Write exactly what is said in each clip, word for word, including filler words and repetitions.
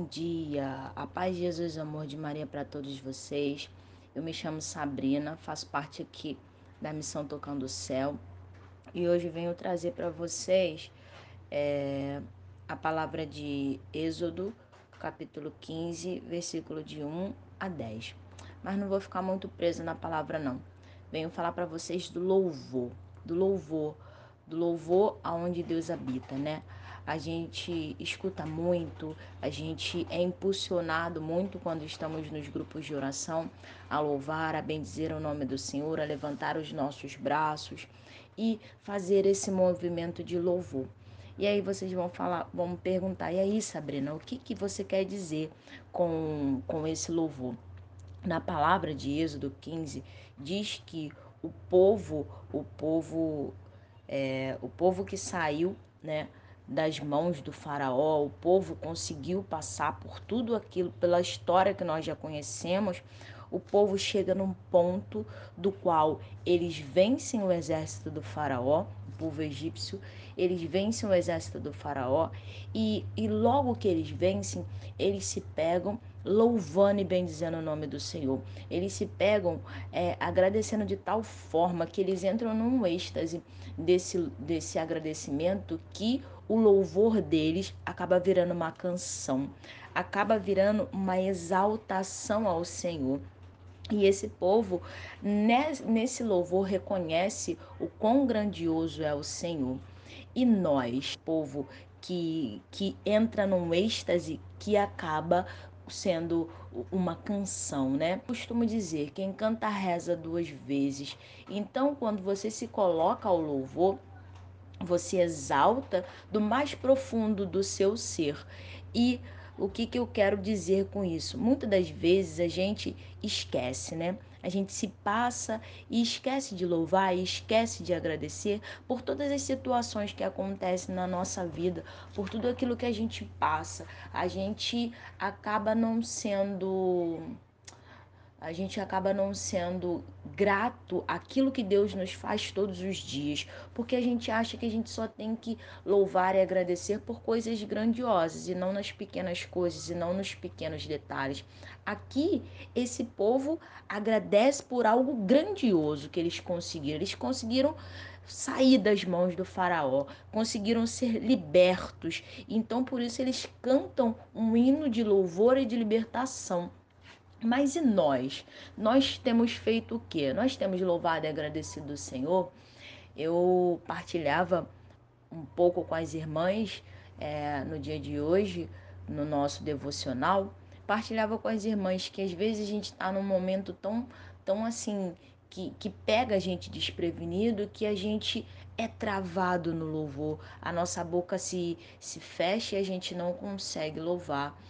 dia, a paz de Jesus, o amor de Maria para todos vocês. Eu me chamo Sabrina, faço parte aqui da Missão Tocando o Céu e hoje venho trazer para vocês é, a palavra de Êxodo, capítulo quinze, versículo de um a dez. Mas não vou ficar muito presa na palavra não. Venho falar para vocês do louvor, do louvor, do louvor aonde Deus habita, né? A gente escuta muito, a gente é impulsionado muito quando estamos nos grupos de oração a louvar, a bendizer o nome do Senhor, a levantar os nossos braços e fazer esse movimento de louvor. E aí vocês vão falar, vão me perguntar, e aí, Sabrina, o que, que você quer dizer com, com esse louvor? Na palavra de Êxodo quinze, diz que o povo, o povo, é, o povo que saiu, né, das mãos do faraó, o povo conseguiu passar por tudo aquilo, pela história que nós já conhecemos, o povo chega num ponto do qual eles vencem o exército do faraó, o povo egípcio, eles vencem o exército do faraó e, e logo que eles vencem, eles se pegam louvando e bendizendo o nome do Senhor. Eles se pegam é, agradecendo de tal forma que eles entram num êxtase desse, desse agradecimento que o louvor deles acaba virando uma canção, acaba virando uma exaltação ao Senhor. E esse povo, nesse louvor, reconhece o quão grandioso é o Senhor. E nós, povo que, que entra num êxtase que acaba sendo uma canção, né? Costumo dizer, quem canta reza duas vezes. Então, quando você se coloca ao louvor, você exalta do mais profundo do seu ser. E o que, que eu quero dizer com isso? Muitas das vezes a gente esquece, né? A gente se passa e esquece de louvar, e esquece de agradecer por todas as situações que acontecem na nossa vida, por tudo aquilo que a gente passa. A gente acaba não sendo a gente acaba não sendo grato àquilo que Deus nos faz todos os dias, porque a gente acha que a gente só tem que louvar e agradecer por coisas grandiosas e não nas pequenas coisas e não nos pequenos detalhes. Aqui, esse povo agradece por algo grandioso que eles conseguiram. Eles conseguiram sair das mãos do faraó, conseguiram ser libertos. Então, por isso eles cantam um hino de louvor e de libertação. Mas e nós? Nós temos feito o quê? Nós temos louvado e agradecido o Senhor. Eu partilhava um pouco com as irmãs é, no dia de hoje, no nosso devocional. Partilhava com as irmãs que às vezes a gente está num momento tão, tão assim, que, que pega a gente desprevenido, que a gente é travado no louvor. A nossa boca se, se fecha e a gente não consegue louvar.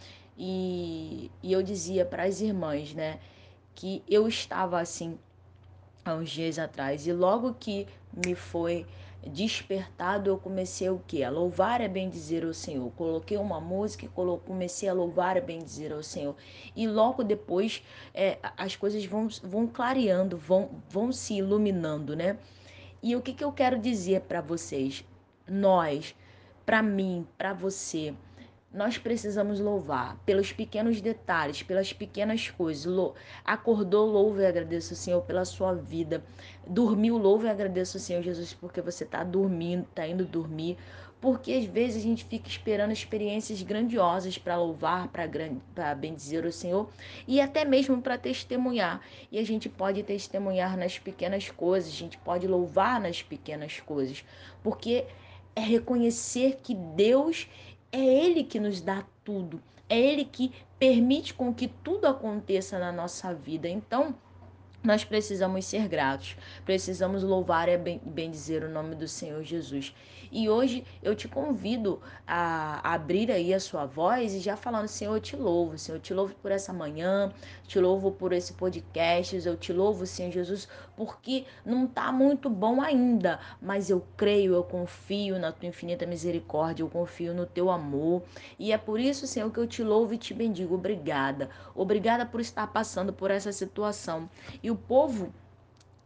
E, e eu dizia para as irmãs, né, que eu estava assim há uns dias atrás e logo que me foi despertado eu comecei o que? A louvar e bendizer o Senhor. Coloquei uma música e comecei a louvar e bendizer o Senhor. E logo depois é, as coisas vão, vão clareando, vão, vão se iluminando, né? E o que, que eu quero dizer para vocês? Nós, para mim, para você, nós precisamos louvar pelos pequenos detalhes, pelas pequenas coisas. Lou Acordou, louve e agradeça o Senhor pela sua vida. Dormiu, louve e agradeça o Senhor Jesus porque você está dormindo, está indo dormir. Porque às vezes a gente fica esperando experiências grandiosas para louvar, para bendizer o Senhor e até mesmo para testemunhar. E a gente pode testemunhar nas pequenas coisas, a gente pode louvar nas pequenas coisas, porque é reconhecer que Deus é Ele que nos dá tudo, é Ele que permite com que tudo aconteça na nossa vida. Então, nós precisamos ser gratos, precisamos louvar e bendizer o nome do Senhor Jesus. E hoje eu te convido a abrir aí a sua voz e já falando, Senhor, eu te louvo, Senhor, eu te louvo por essa manhã, te louvo por esse podcast, eu te louvo, Senhor Jesus, porque não está muito bom ainda, mas eu creio, eu confio na tua infinita misericórdia, eu confio no teu amor. E é por isso, Senhor, que eu te louvo e te bendigo. Obrigada. Obrigada por estar passando por essa situação. E o povo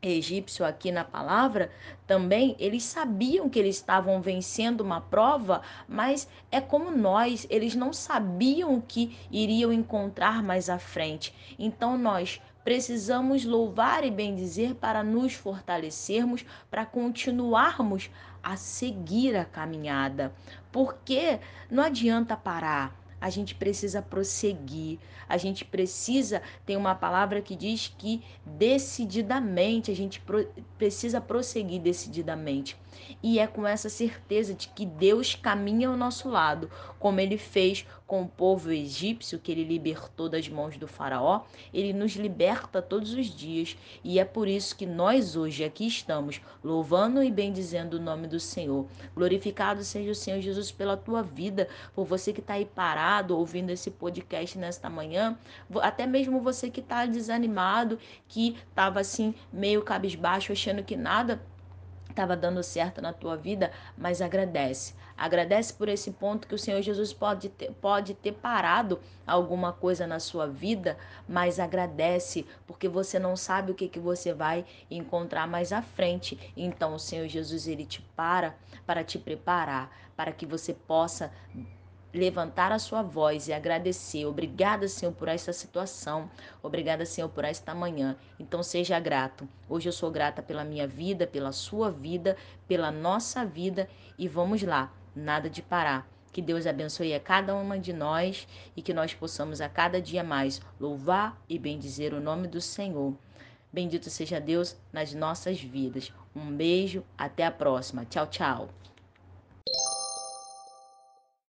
egípcio aqui na palavra, também eles sabiam que eles estavam vencendo uma prova, mas é como nós, eles não sabiam o que iriam encontrar mais à frente. Então nós precisamos louvar e bendizer para nos fortalecermos, para continuarmos a seguir a caminhada. Porque não adianta parar. A gente precisa prosseguir, a gente precisa, tem uma palavra que diz que decididamente, a gente pro, precisa prosseguir decididamente. E é com essa certeza de que Deus caminha ao nosso lado, como ele fez com o povo egípcio, que ele libertou das mãos do faraó, ele nos liberta todos os dias. E é por isso que nós hoje aqui estamos, louvando e bendizendo o nome do Senhor. Glorificado seja o Senhor Jesus pela tua vida, por você que está aí parado, ouvindo esse podcast nesta manhã, até mesmo você que está desanimado, que estava assim meio cabisbaixo, achando que nada estava dando certo na tua vida, mas agradece. Agradece por esse ponto que o Senhor Jesus pode ter, pode ter parado alguma coisa na sua vida, mas agradece, porque você não sabe o que, que você vai encontrar mais à frente. Então o Senhor Jesus, ele te para para te preparar, para que você possa levantar a sua voz e agradecer. Obrigada, Senhor, por esta situação. Obrigada, Senhor, por esta manhã. Então seja grato. Hoje eu sou grata pela minha vida, pela sua vida, pela nossa vida e vamos lá. Nada de parar. Que Deus abençoe a cada uma de nós e que nós possamos a cada dia mais louvar e bendizer o nome do Senhor. Bendito seja Deus nas nossas vidas. Um beijo, até a próxima. Tchau, tchau.